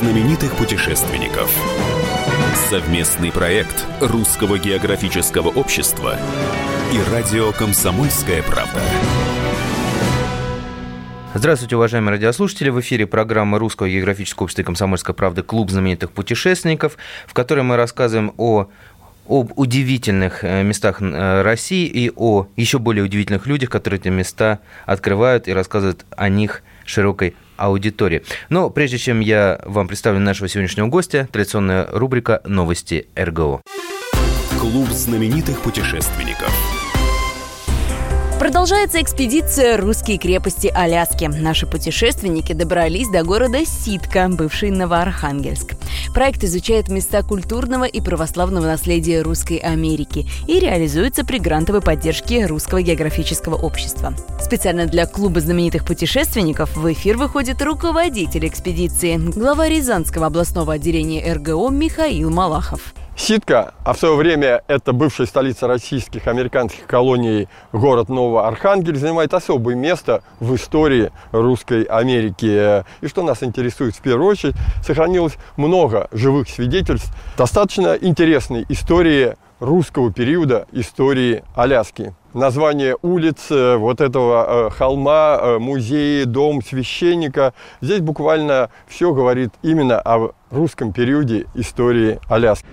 знаменитых путешественников. Совместный проект Русского географического общества и радио «Комсомольская правда». Здравствуйте, уважаемые радиослушатели! В эфире программа Русского географического общества и «Комсомольской правды» «Клуб знаменитых путешественников», в которой мы рассказываем об удивительных местах России и о еще более удивительных людях, которые эти места открывают и рассказывают о них широкой аудитории. Но прежде чем я вам представлю нашего сегодняшнего гостя, традиционная рубрика «Новости РГО». Клуб знаменитых путешественников. Продолжается экспедиция «Русские крепости Аляски». Наши путешественники добрались до города Ситка, бывший Новоархангельск. Проект изучает места культурного и православного наследия Русской Америки и реализуется при грантовой поддержке Русского географического общества. Специально для клуба знаменитых путешественников в эфир выходит руководитель экспедиции, глава Рязанского областного отделения РГО Михаил Малахов. Ситка, а в свое время это бывшая столица российских американских колоний, город Новоархангельск, занимает особое место в истории Русской Америки. И что нас интересует в первую очередь, сохранилось много живых свидетельств достаточно интересной истории русского периода истории Аляски. Название улиц, вот этого холма, музей, дом священника. Здесь буквально все говорит именно о русском периоде истории Аляски.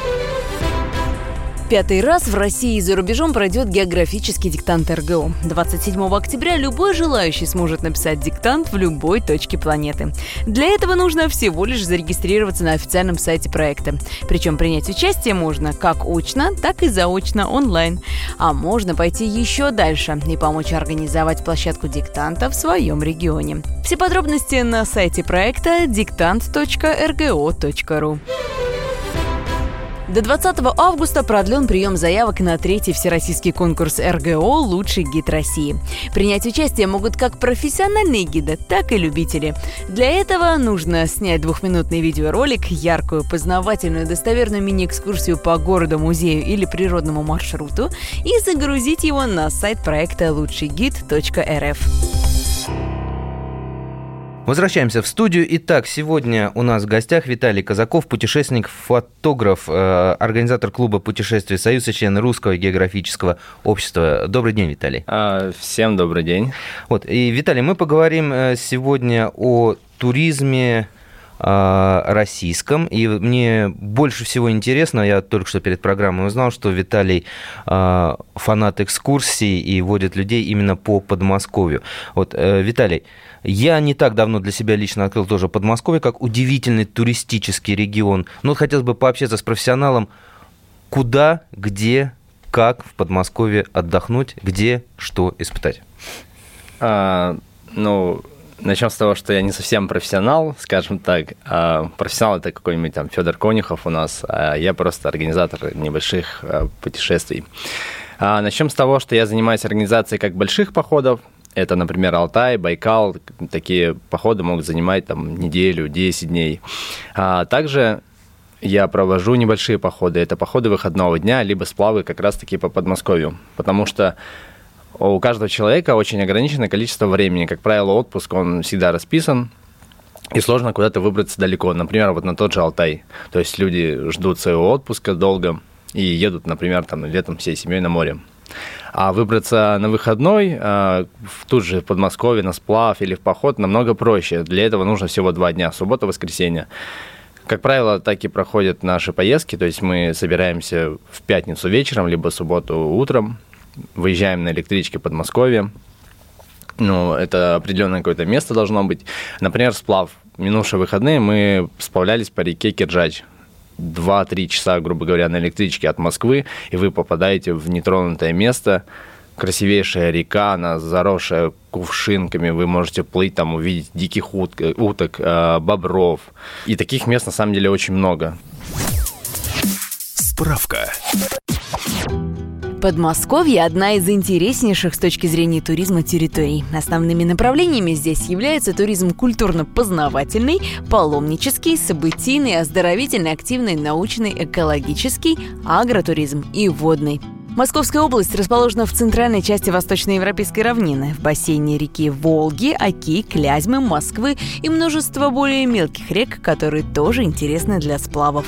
Пятый раз в России и за рубежом пройдет географический диктант РГО. 27 октября любой желающий сможет написать диктант в любой точке планеты. Для этого нужно всего лишь зарегистрироваться на официальном сайте проекта. Причем принять участие можно как очно, так и заочно онлайн. А можно пойти еще дальше и помочь организовать площадку диктанта в своем регионе. Все подробности на сайте проекта diктант.rgo.ru. До 20 августа продлен прием заявок на третий всероссийский конкурс РГО «Лучший гид России». Принять участие могут как профессиональные гиды, так и любители. Для этого нужно снять 2-минутный видеоролик, яркую, познавательную, достоверную мини-экскурсию по городу, музею или природному маршруту и загрузить его на сайт проекта лучшийгид.рф. Возвращаемся в студию. Итак, сегодня у нас в гостях Виталий Казаков, путешественник, фотограф, организатор клуба путешествий «Союз» и член Русского географического общества. Добрый день, Виталий. Всем добрый день. И, Виталий, мы поговорим сегодня о туризме российском. И мне больше всего интересно, я только что перед программой узнал, что Виталий фанат экскурсий и водит людей именно по Подмосковью. Виталий, я не так давно для себя лично открыл тоже Подмосковье как удивительный туристический регион. Но хотелось бы пообщаться с профессионалом, куда, где, как в Подмосковье отдохнуть, где, что испытать. Начнем с того, что я не совсем профессионал, скажем так. Профессионал – это какой-нибудь там Федор Конюхов у нас, а я просто организатор небольших путешествий. Начнем с того, что я занимаюсь организацией как больших походов. Это, например, Алтай, Байкал. Такие походы могут занимать неделю, 10 дней. Также я провожу небольшие походы. Это походы выходного дня, либо сплавы как раз-таки по Подмосковью. Потому что у каждого человека очень ограниченное количество времени. Как правило, отпуск, он всегда расписан, и сложно куда-то выбраться далеко. Например, на тот же Алтай. То есть люди ждут своего отпуска долго и едут, например, летом всей семьей на море. А выбраться на выходной, тут же в Подмосковье, на сплав или в поход намного проще. Для этого нужно всего 2 дня, суббота, воскресенье. Как правило, так и проходят наши поездки. То есть мы собираемся в пятницу вечером, либо в субботу утром. Выезжаем на электричке в Подмосковье. Это определенное какое-то место должно быть. Например, сплав. Минувшие выходные мы сплавлялись по реке Киржач. 2-3 часа, грубо говоря, на электричке от Москвы, и вы попадаете в нетронутое место. Красивейшая река, она заросшая кувшинками. Вы можете плыть, увидеть диких уток, бобров. И таких мест, на самом деле, очень много. Справка. Подмосковье – одна из интереснейших с точки зрения туризма территорий. Основными направлениями здесь являются туризм культурно-познавательный, паломнический, событийный, оздоровительный, активный, научный, экологический, агротуризм и водный. Московская область расположена в центральной части восточноевропейской равнины, в бассейне реки Волги, Оки, Клязьмы, Москвы и множество более мелких рек, которые тоже интересны для сплавов.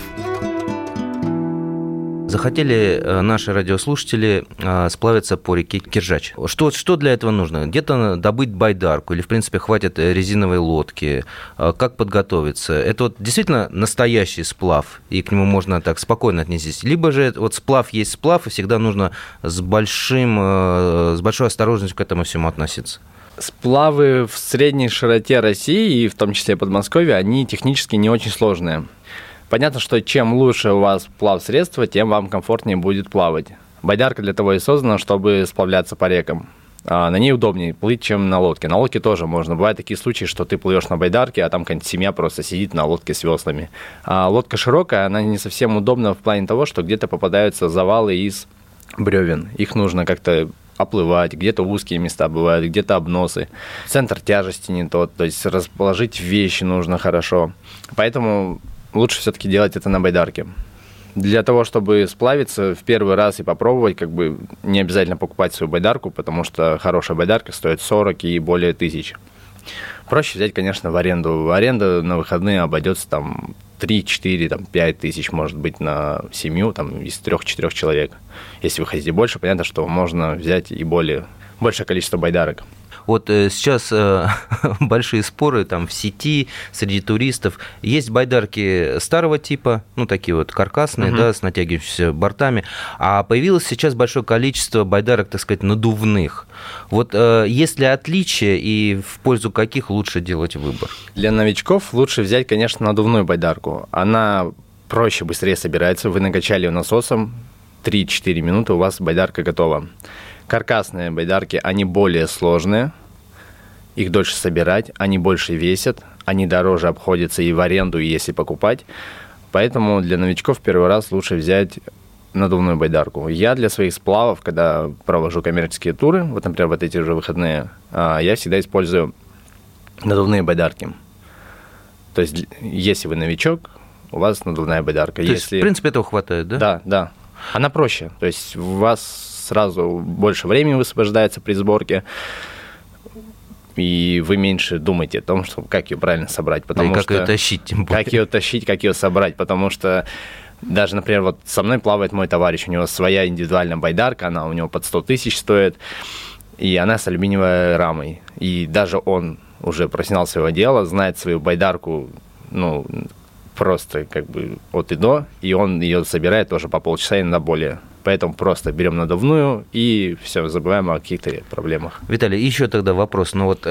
Захотели наши радиослушатели сплавиться по реке Киржач. Что для этого нужно? Где-то добыть байдарку или, в принципе, хватит резиновой лодки? Как подготовиться? Это вот действительно настоящий сплав, и к нему можно так спокойно отнестись? Либо же вот сплав есть сплав, и всегда нужно с большой осторожностью к этому всему относиться? Сплавы в средней широте России, и в том числе Подмосковья, они технически не очень сложные. Понятно, что чем лучше у вас плавсредство, тем вам комфортнее будет плавать. Байдарка для того и создана, чтобы сплавляться по рекам. На ней удобнее плыть, чем на лодке. На лодке тоже можно. Бывают такие случаи, что ты плывешь на байдарке, а там какая-нибудь семья просто сидит на лодке с веслами. А лодка широкая, она не совсем удобна в плане того, что где-то попадаются завалы из бревен. Их нужно как-то оплывать, где-то узкие места бывают, где-то обносы. Центр тяжести не тот, то есть расположить вещи нужно хорошо. Поэтому лучше все-таки делать это на байдарке. Для того, чтобы сплавиться в первый раз и попробовать, не обязательно покупать свою байдарку, потому что хорошая байдарка стоит 40 и более тысяч. Проще взять, конечно, в аренду. Аренда на выходные обойдется 3-4, 5 тысяч, может быть, на семью из 3-4 человек. Если вы хотите больше, понятно, что можно взять и большее количество байдарок. Вот сейчас большие споры в сети, среди туристов. Есть байдарки старого типа, такие вот каркасные, да, с натягивающимися бортами, а появилось сейчас большое количество байдарок, так сказать, надувных. Вот есть ли отличия и в пользу каких лучше делать выбор? Для новичков лучше взять, конечно, надувную байдарку. Она проще, быстрее собирается. Вы накачали ее насосом, 3-4 минуты, у вас байдарка готова. Каркасные байдарки, они более сложные, их дольше собирать, они больше весят, они дороже обходятся и в аренду, и если покупать. Поэтому для новичков первый раз лучше взять надувную байдарку. Я для своих сплавов, когда провожу коммерческие туры, например, вот эти же выходные, я всегда использую надувные байдарки. То есть, если вы новичок, у вас надувная байдарка. То есть, в принципе, этого хватает, да? Да. Она проще. То есть, у вас сразу больше времени высвобождается при сборке, и вы меньше думаете о том, как ее правильно собрать. Как ее тащить, тем более. Как ее тащить, как ее собрать, потому что даже, например, со мной плавает мой товарищ, у него своя индивидуальная байдарка, она у него под 100 тысяч стоит, и она с алюминиевой рамой. И даже он уже профессионал своего дела, знает свою байдарку, просто от и до, и он ее собирает тоже по полчаса и на более. Поэтому просто берем надувную и все, забываем о каких-то проблемах. Виталий, еще тогда вопрос.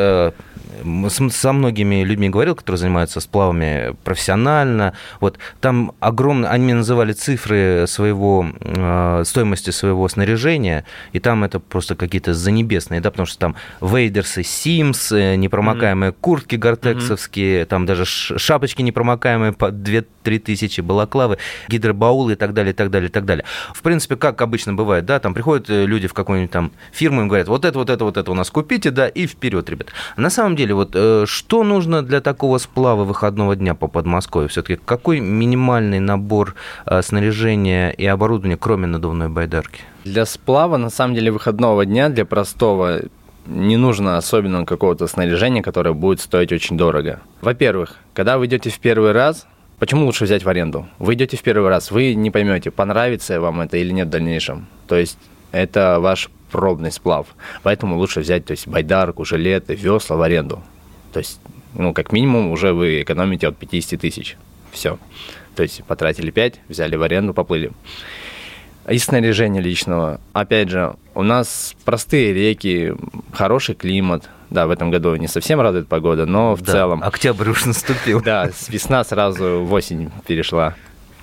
Со многими людьми говорил, которые занимаются сплавами профессионально. Там огромные, они мне называли цифры стоимости своего снаряжения, и там это просто какие-то занебесные, да, потому что там вейдерсы, Симс, непромокаемые куртки гортексовские, там даже шапочки непромокаемые по 2-3 тысячи, балаклавы, гидробаулы и так далее, и так далее, и так далее. В принципе, как обычно бывает, да, там приходят люди в какую-нибудь фирму, им говорят, вот это у нас купите, да, и вперед, ребят. На самом деле, что нужно для такого сплава выходного дня по Подмосковью? Все-таки какой минимальный набор снаряжения и оборудования, кроме надувной байдарки? Для сплава, на самом деле, выходного дня, для простого, не нужно особенного какого-то снаряжения, которое будет стоить очень дорого. Во-первых, когда вы идете в первый раз, почему лучше взять в аренду? Вы идете в первый раз, вы не поймете, понравится вам это или нет в дальнейшем. То есть это ваш пробный сплав. Поэтому лучше взять байдарку, жилеты, весла в аренду. То есть, как минимум, уже вы экономите от 50 тысяч. Все. То есть потратили 5, взяли в аренду, поплыли. Из снаряжения личного. Опять же, у нас простые реки, хороший климат. Да, в этом году не совсем радует погода, но в целом... Октябрь уж наступил. Да, с весна сразу в осень перешла.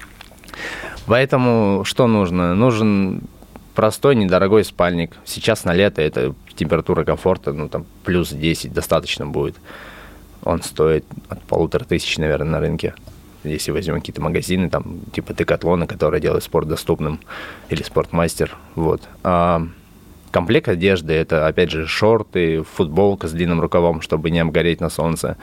Поэтому что нужно? Нужен простой, недорогой спальник. Сейчас на лето это температура комфорта, плюс 10 достаточно будет. Он стоит от 1500, наверное, на рынке. Если возьмем какие-то магазины, типа Декатлона, которые делают спорт доступным, или Спортмастер, комплект одежды – это, опять же, шорты, футболка с длинным рукавом, чтобы не обгореть на солнце,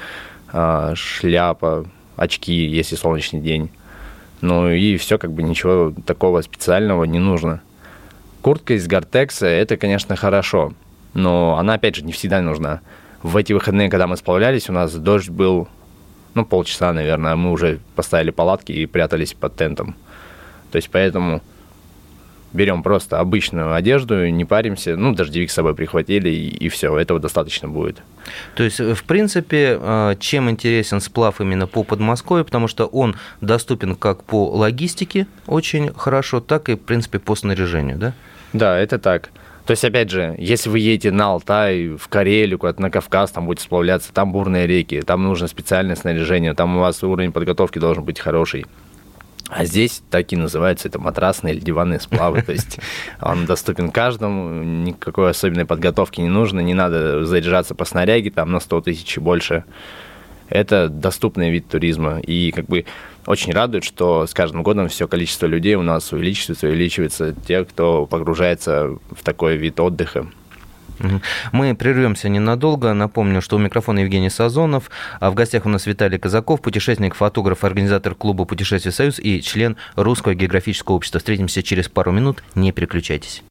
шляпа, очки, если солнечный день. И все, ничего такого специального не нужно. Куртка из Гортекса – это, конечно, хорошо, но она, опять же, не всегда нужна. В эти выходные, когда мы сплавлялись, у нас дождь был, полчаса, наверное, мы уже поставили палатки и прятались под тентом. То есть, поэтому берем просто обычную одежду, не паримся, дождевик с собой прихватили, и все, этого достаточно будет. То есть, в принципе, чем интересен сплав именно по Подмосковью, потому что он доступен как по логистике очень хорошо, так и, в принципе, по снаряжению, да? Да, это так. То есть, опять же, если вы едете на Алтай, в Карелию, куда-то на Кавказ, там будете сплавляться, там бурные реки, там нужно специальное снаряжение, там у вас уровень подготовки должен быть хороший. А здесь так и называется, это матрасные или диванные сплавы, то есть он доступен каждому, никакой особенной подготовки не нужно, не надо заряжаться по снаряге там на 100 тысяч и больше. Это доступный вид туризма, и очень радует, что с каждым годом все количество людей у нас увеличивается тех, кто погружается в такой вид отдыха. Мы прервемся ненадолго. Напомню, что у микрофона Евгений Сазонов, а в гостях у нас Виталий Казаков, путешественник, фотограф, организатор клуба «Путешествий Союз» и член Русского географического общества. Встретимся через пару минут. Не переключайтесь.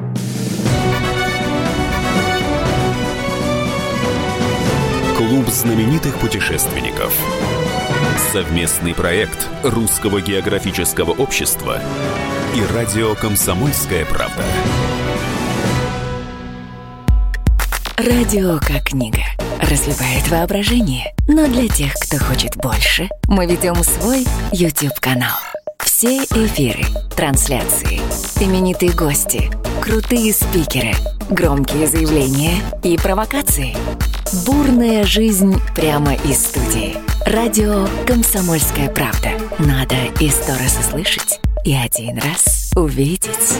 Клуб знаменитых путешественников. Совместный проект Русского географического общества и радио «Комсомольская правда». Радио как книга. Развивает воображение. Но для тех, кто хочет больше, мы ведем свой YouTube-канал. Все эфиры, трансляции, именитые гости, крутые спикеры, громкие заявления и провокации. Бурная жизнь прямо из студии. Радио «Комсомольская правда». Надо и 100 раз услышать, и 1 раз увидеть.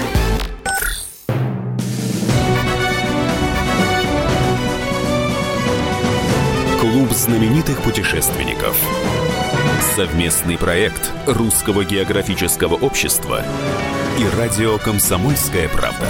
Клуб знаменитых путешественников. Совместный проект Русского географического общества и радио «Комсомольская правда».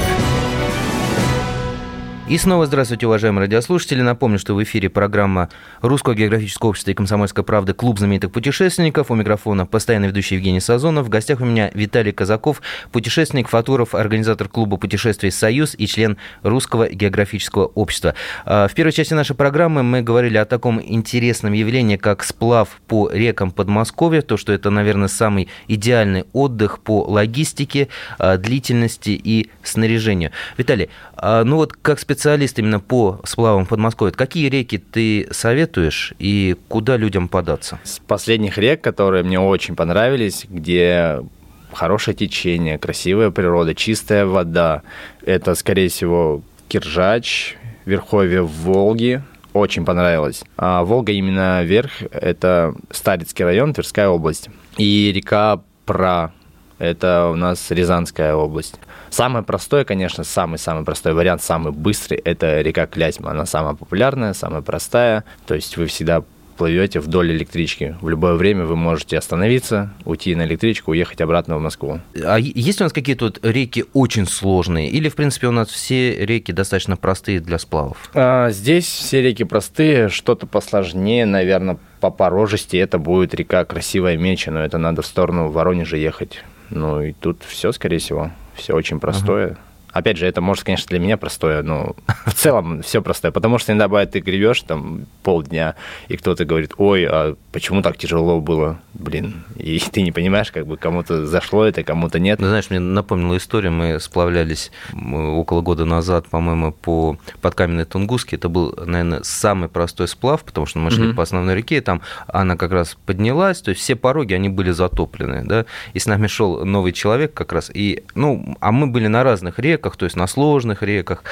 И снова здравствуйте, уважаемые радиослушатели. Напомню, что в эфире программа Русского географического общества и «Комсомольской правды» «Клуб знаменитых путешественников». У микрофона постоянно ведущий Евгений Сазонов. В гостях у меня Виталий Казаков, путешественник, фотограф, организатор клуба «Путешествий Союз» и член Русского географического общества. В первой части нашей программы мы говорили о таком интересном явлении, как сплав по рекам Подмосковья. То, что это, наверное, самый идеальный отдых по логистике, длительности и снаряжению. Виталий, как специалист именно по сплавам Подмосковья, какие реки ты советуешь и куда людям податься? С последних рек, которые мне очень понравились, где хорошее течение, красивая природа, чистая вода, это, скорее всего, Киржач, верховье Волги, очень понравилось. А Волга именно вверх, это Старицкий район, Тверская область. И река Пра, это у нас Рязанская область. Самый простой, конечно, самый простой вариант, самый быстрый, это река Клязьма. Она самая популярная, самая простая. То есть вы всегда плывете вдоль электрички. В любое время вы можете остановиться, уйти на электричку, уехать обратно в Москву. А есть у нас какие-то реки очень сложные? Или, в принципе, у нас все реки достаточно простые для сплавов? Здесь все реки простые, что-то посложнее, наверное, по порожисти. Это будет река Красивая Меча, но это надо в сторону Воронежа ехать. И тут все, скорее всего, все очень простое. Опять же, это может, конечно, для меня простое, но в целом все простое. Потому что иногда бывает, ты гребешь там полдня, и кто-то говорит: ой, а почему так тяжело было? И ты не понимаешь, кому-то зашло это, кому-то нет. Знаешь, мне напомнила историю, мы сплавлялись около года назад, по-моему, под Каменной Тунгуске. Это был, наверное, самый простой сплав, потому что мы шли по основной реке, и там она как раз поднялась, то есть все пороги, они были затоплены, да, и с нами шел новый человек как раз, а мы были на разных реках, то есть на сложных реках,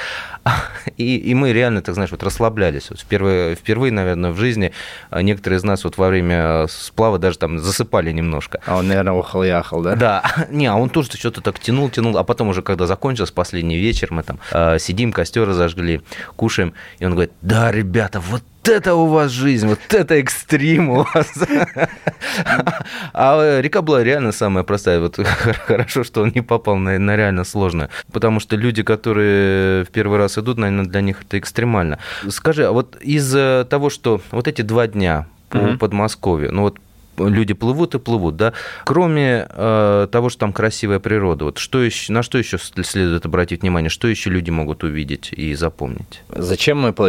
и мы реально, так знаешь, расслаблялись. Впервые, наверное, в жизни некоторые из нас во время сплава даже там засыпали немножко. А он, наверное, охал-яхал, да? Да, а он тоже что-то так тянул, а потом уже, когда закончился последний вечер, мы там сидим, костер разожгли, кушаем, и он говорит: да, ребята, вот это у вас жизнь, вот это экстрим у вас. А река была реально самая простая. Хорошо, что он не попал на реально сложную. Потому что люди, которые в первый раз идут, наверное, для них это экстремально. Скажи, а вот из того, что вот эти 2 дня по Подмосковью, люди плывут и плывут, да. Кроме того, что там красивая природа, вот на что еще следует обратить внимание, что еще люди могут увидеть и запомнить? Зачем мы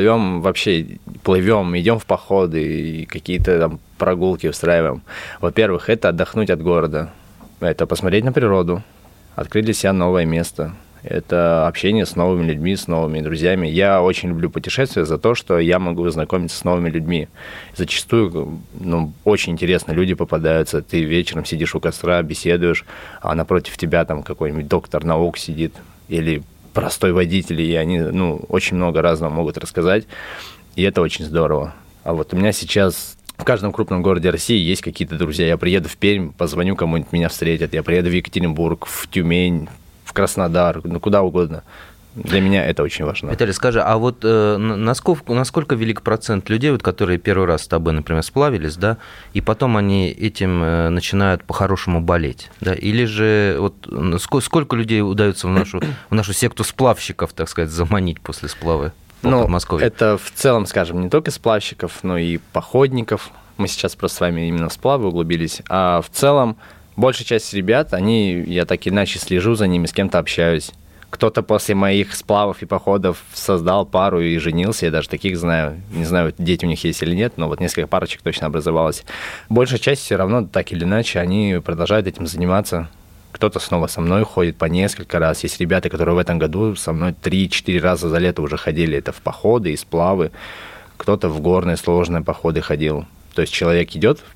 идем в походы и какие-то там прогулки устраиваем? Во-первых, это отдохнуть от города, это посмотреть на природу, открыть для себя новое место. Это общение с новыми людьми, с новыми друзьями. Я очень люблю путешествия за то, что я могу знакомиться с новыми людьми. Зачастую очень интересные люди попадаются. Ты вечером сидишь у костра, беседуешь, а напротив тебя там какой-нибудь доктор наук сидит или простой водитель, и они очень много разного могут рассказать. И это очень здорово. А вот у меня сейчас в каждом крупном городе России есть какие-то друзья. Я приеду в Пермь, позвоню кому-нибудь, меня встретят. Я приеду в Екатеринбург, в Тюмень, в Краснодар, куда угодно. Для меня это очень важно. Виталий, скажи, а вот насколько велик процент людей, вот, которые первый раз с тобой, например, сплавились, да, и потом они этим начинают по-хорошему болеть, да, или же вот сколько людей удается в нашу секту сплавщиков, так сказать, заманить после сплава по Подмосковью? Это в целом, скажем, не только сплавщиков, но и походников. Мы сейчас просто с вами именно в сплавы углубились, а в целом большая часть ребят, я так иначе слежу за ними, с кем-то общаюсь. Кто-то после моих сплавов и походов создал пару и женился, я даже таких знаю. Не знаю, дети у них есть или нет, но вот несколько парочек точно образовалось. Большая часть все равно, так или иначе, они продолжают этим заниматься. Кто-то снова со мной ходит по несколько раз. Есть ребята, которые в этом году со мной 3-4 раза за лето уже ходили. Это в походы и сплавы. Кто-то в горные сложные походы ходил. То есть человек идет в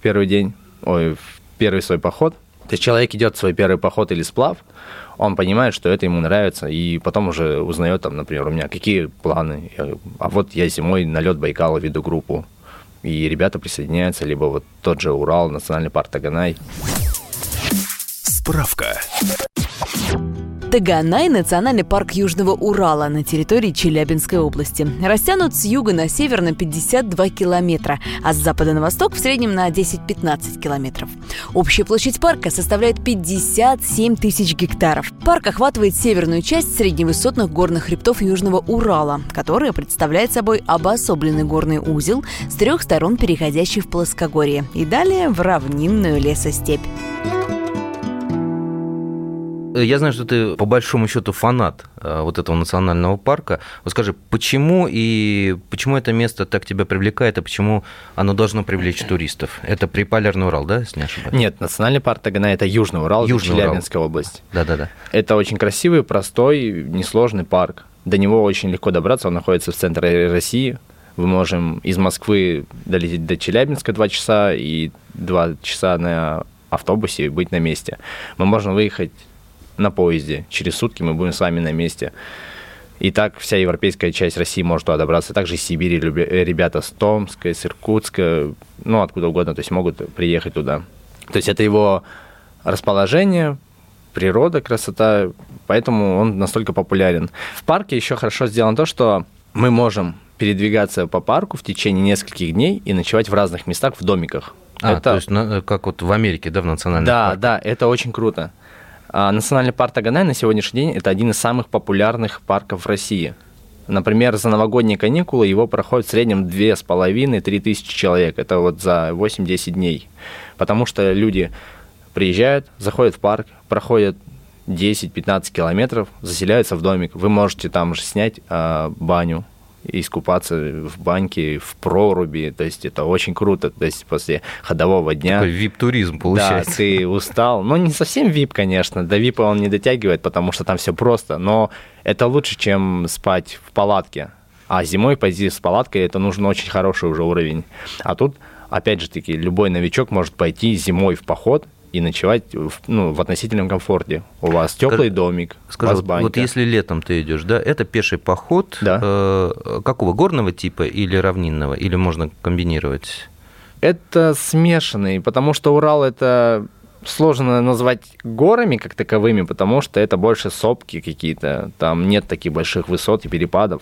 первый свой поход. То есть человек идет в свой первый поход или сплав, он понимает, что это ему нравится, и потом уже узнает, там, например, у меня какие планы. А вот я зимой на лед Байкала веду группу, и ребята присоединяются, либо вот тот же Урал, национальный парк Таганай. Справка. Таганай – национальный парк Южного Урала на территории Челябинской области. Растянут с юга на север на 52 километра, а с запада на восток в среднем на 10-15 километров. Общая площадь парка составляет 57 тысяч гектаров. Парк охватывает северную часть средневысотных горных хребтов Южного Урала, которая представляет собой обособленный горный узел с 3 сторон, переходящий в плоскогорье, и далее в равнинную лесостепь. Я знаю, что ты, по большому счету, фанат вот этого национального парка. Вот скажи, почему это место так тебя привлекает, и почему оно должно привлечь туристов? Это Приполярный Урал, да, если не ошибаюсь? Нет, национальный парк Таганай – это Южный Урал, Челябинская область. Да-да-да. Это очень красивый, простой, несложный парк. До него очень легко добраться, он находится в центре России. Мы можем из Москвы долететь до Челябинска 2 часа и 2 часа на автобусе быть на месте. Мы можем выехать на поезде. Через сутки мы будем с вами на месте. И так вся европейская часть России может туда добраться. Также из Сибири ребята с Томска, с Иркутска, откуда угодно, то есть могут приехать туда. То есть это его расположение, природа, красота, поэтому он настолько популярен. В парке еще хорошо сделано то, что мы можем передвигаться по парку в течение нескольких дней и ночевать в разных местах в домиках. То есть как вот в Америке, да, в национальном парке? Да, это очень круто. Национальный парк Таганай на сегодняшний день – это один из самых популярных парков в России. Например, за новогодние каникулы его проходит в среднем 2,5-3 тысячи человек. Это вот за 8-10 дней. Потому что люди приезжают, заходят в парк, проходят 10-15 километров, заселяются в домик. Вы можете там же снять баню, искупаться в баньке, в проруби, то есть это очень круто, то есть после ходового дня. Такой вип-туризм получается. Да, ты устал, не совсем вип, конечно, до випа он не дотягивает, потому что там все просто, но это лучше, чем спать в палатке, а зимой пойти с палаткой, это нужен очень хороший уже уровень, а тут, опять же таки, любой новичок может пойти зимой в поход и ночевать в относительном комфорте. У вас теплый домик, у вас банька. Вот если летом ты идешь, да, это пеший поход, да. Какого, горного типа или равнинного, или можно комбинировать? Это смешанный, потому что Урал это сложно назвать горами как таковыми, потому что это больше сопки какие-то, там нет таких больших высот и перепадов.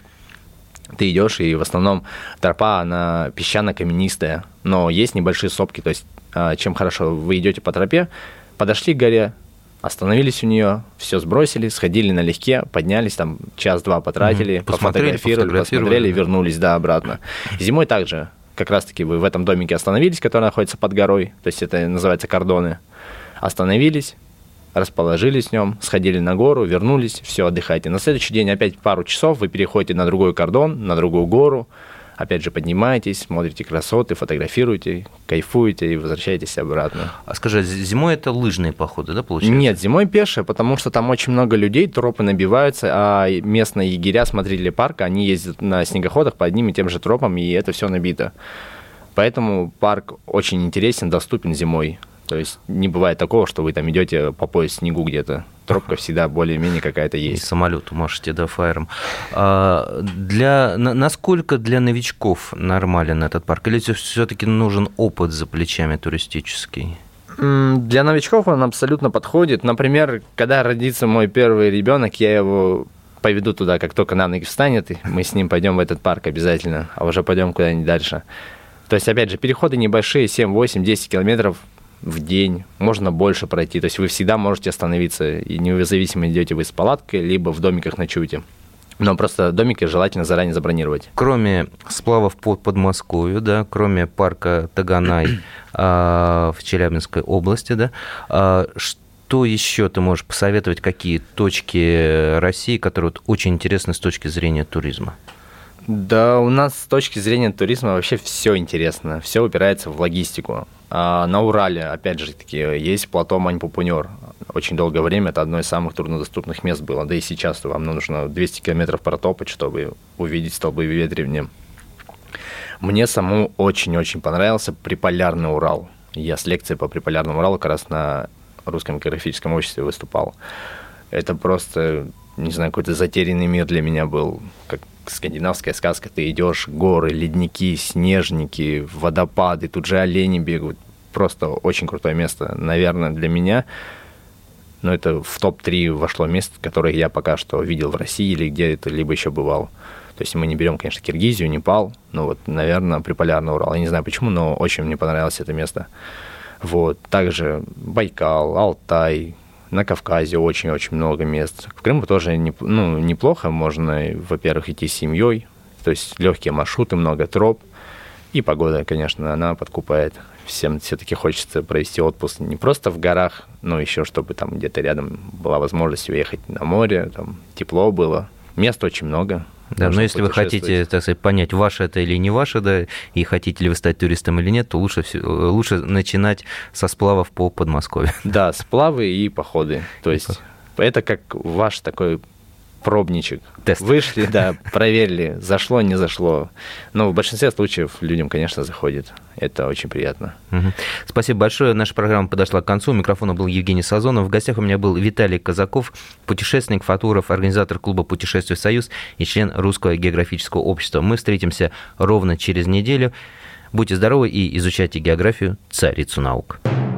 Ты идешь, и в основном тропа, она песчано-каменистая, но есть небольшие сопки, то есть чем хорошо, вы идете по тропе, подошли к горе, остановились у нее, все сбросили, сходили налегке, поднялись, там час-два потратили, пофотографировали, посмотрели, вернулись, обратно. Зимой также, как раз-таки вы в этом домике остановились, который находится под горой, то есть это называется кордоны, остановились, расположились в нем, сходили на гору, вернулись, все, отдыхайте. На следующий день опять пару часов вы переходите на другой кордон, на другую гору, опять же поднимаетесь, смотрите красоты, фотографируете, кайфуете и возвращаетесь обратно. А скажи, зимой это лыжные походы, да, получается? Нет, зимой пешие, потому что там очень много людей, тропы набиваются, а местные егеря, смотрители парка, они ездят на снегоходах по одним и тем же тропам, и это все набито. Поэтому парк очень интересен, доступен зимой. То есть не бывает такого, что вы там идете по пояс снегу где-то. Тропка всегда более-менее какая-то есть. И самолету машете, да, фаером. Насколько для новичков нормален этот парк? Или все-таки нужен опыт за плечами туристический? Для новичков он абсолютно подходит. Например, когда родится мой первый ребенок, я его поведу туда, как только на ноги встанет, и мы с ним пойдем в этот парк обязательно, а уже пойдем куда-нибудь дальше. То есть, опять же, переходы небольшие, 7, 8, 10 километров в день, можно больше пройти. То есть вы всегда можете остановиться, и независимо идете вы с палаткой, либо в домиках ночуете. Но просто домики желательно заранее забронировать. Кроме сплавов по Подмосковью, да, кроме парка Таганай в Челябинской области, да, что еще ты можешь посоветовать, какие точки России, которые вот очень интересны с точки зрения туризма? Да, у нас с точки зрения туризма вообще все интересно, все упирается в логистику. А на Урале, опять же таки, есть плато Мань-Пупунёр. Очень долгое время это одно из самых труднодоступных мест было. Да и сейчас вам нужно 200 километров протопать, чтобы увидеть столбы ветревни. Мне самому очень-очень понравился Приполярный Урал. Я с лекцией по Приполярному Уралу как раз на Русском географическом обществе выступал. Это просто, не знаю, какой-то затерянный мир для меня был, как скандинавская сказка. Ты идешь, горы, ледники, снежники, водопады, тут же олени бегают. Просто очень крутое место, наверное, для меня. Но это в топ-3 вошло мест, которые я пока что видел в России или где-то либо еще бывал. То есть мы не берем, конечно, Киргизию, Непал, но вот, наверное, Приполярный Урал. Я не знаю почему, но очень мне понравилось это место. Вот. Также Байкал, Алтай. На Кавказе очень-очень много мест. В Крыму тоже неплохо. Можно, во-первых, идти с семьей. То есть легкие маршруты, много троп. И погода, конечно, она подкупает. Всем все-таки хочется провести отпуск не просто в горах, но еще чтобы там где-то рядом была возможность уехать на море, там тепло было. Мест очень много. Да, но если вы хотите, так сказать, понять, ваше это или не ваше, да, и хотите ли вы стать туристом или нет, то лучше начинать со сплавов по Подмосковью. Да, сплавы и походы. То есть это как ваш такой пробничек. Тест. Вышли, да, проверили, зашло, не зашло. Но в большинстве случаев людям, конечно, заходит. Это очень приятно. Угу. Спасибо большое. Наша программа подошла к концу. У микрофона был Евгений Сазонов. В гостях у меня был Виталий Казаков, путешественник, фотограф, организатор клуба «Путешествий Союз» и член Русского географического общества. Мы встретимся ровно через неделю. Будьте здоровы и изучайте географию, царицу наук.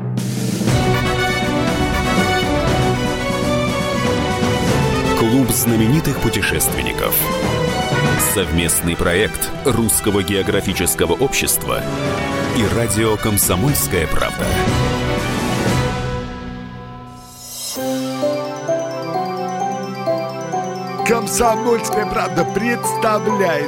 Клуб знаменитых путешественников. Совместный проект Русского географического общества и радио «Комсомольская правда». «Комсомольская правда» представляет.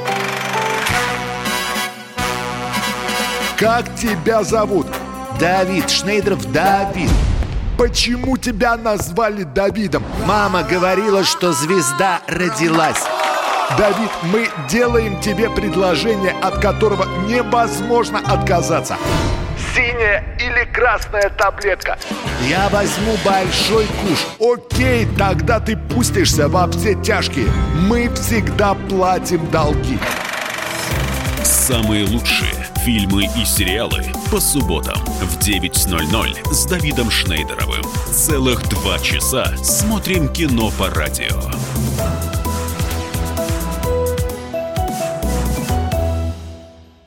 Как тебя зовут? Давид Шнейдров, Давид. Почему тебя назвали Давидом? Мама говорила, что звезда родилась. Давид, мы делаем тебе предложение, от которого невозможно отказаться. Синяя или красная таблетка? Я возьму большой куш. Окей, тогда ты пустишься во все тяжкие. Мы всегда платим долги. Самые лучшие фильмы и сериалы по субботам в 9:00 с Давидом Шнейдеровым. Целых 2 часа смотрим кино по радио.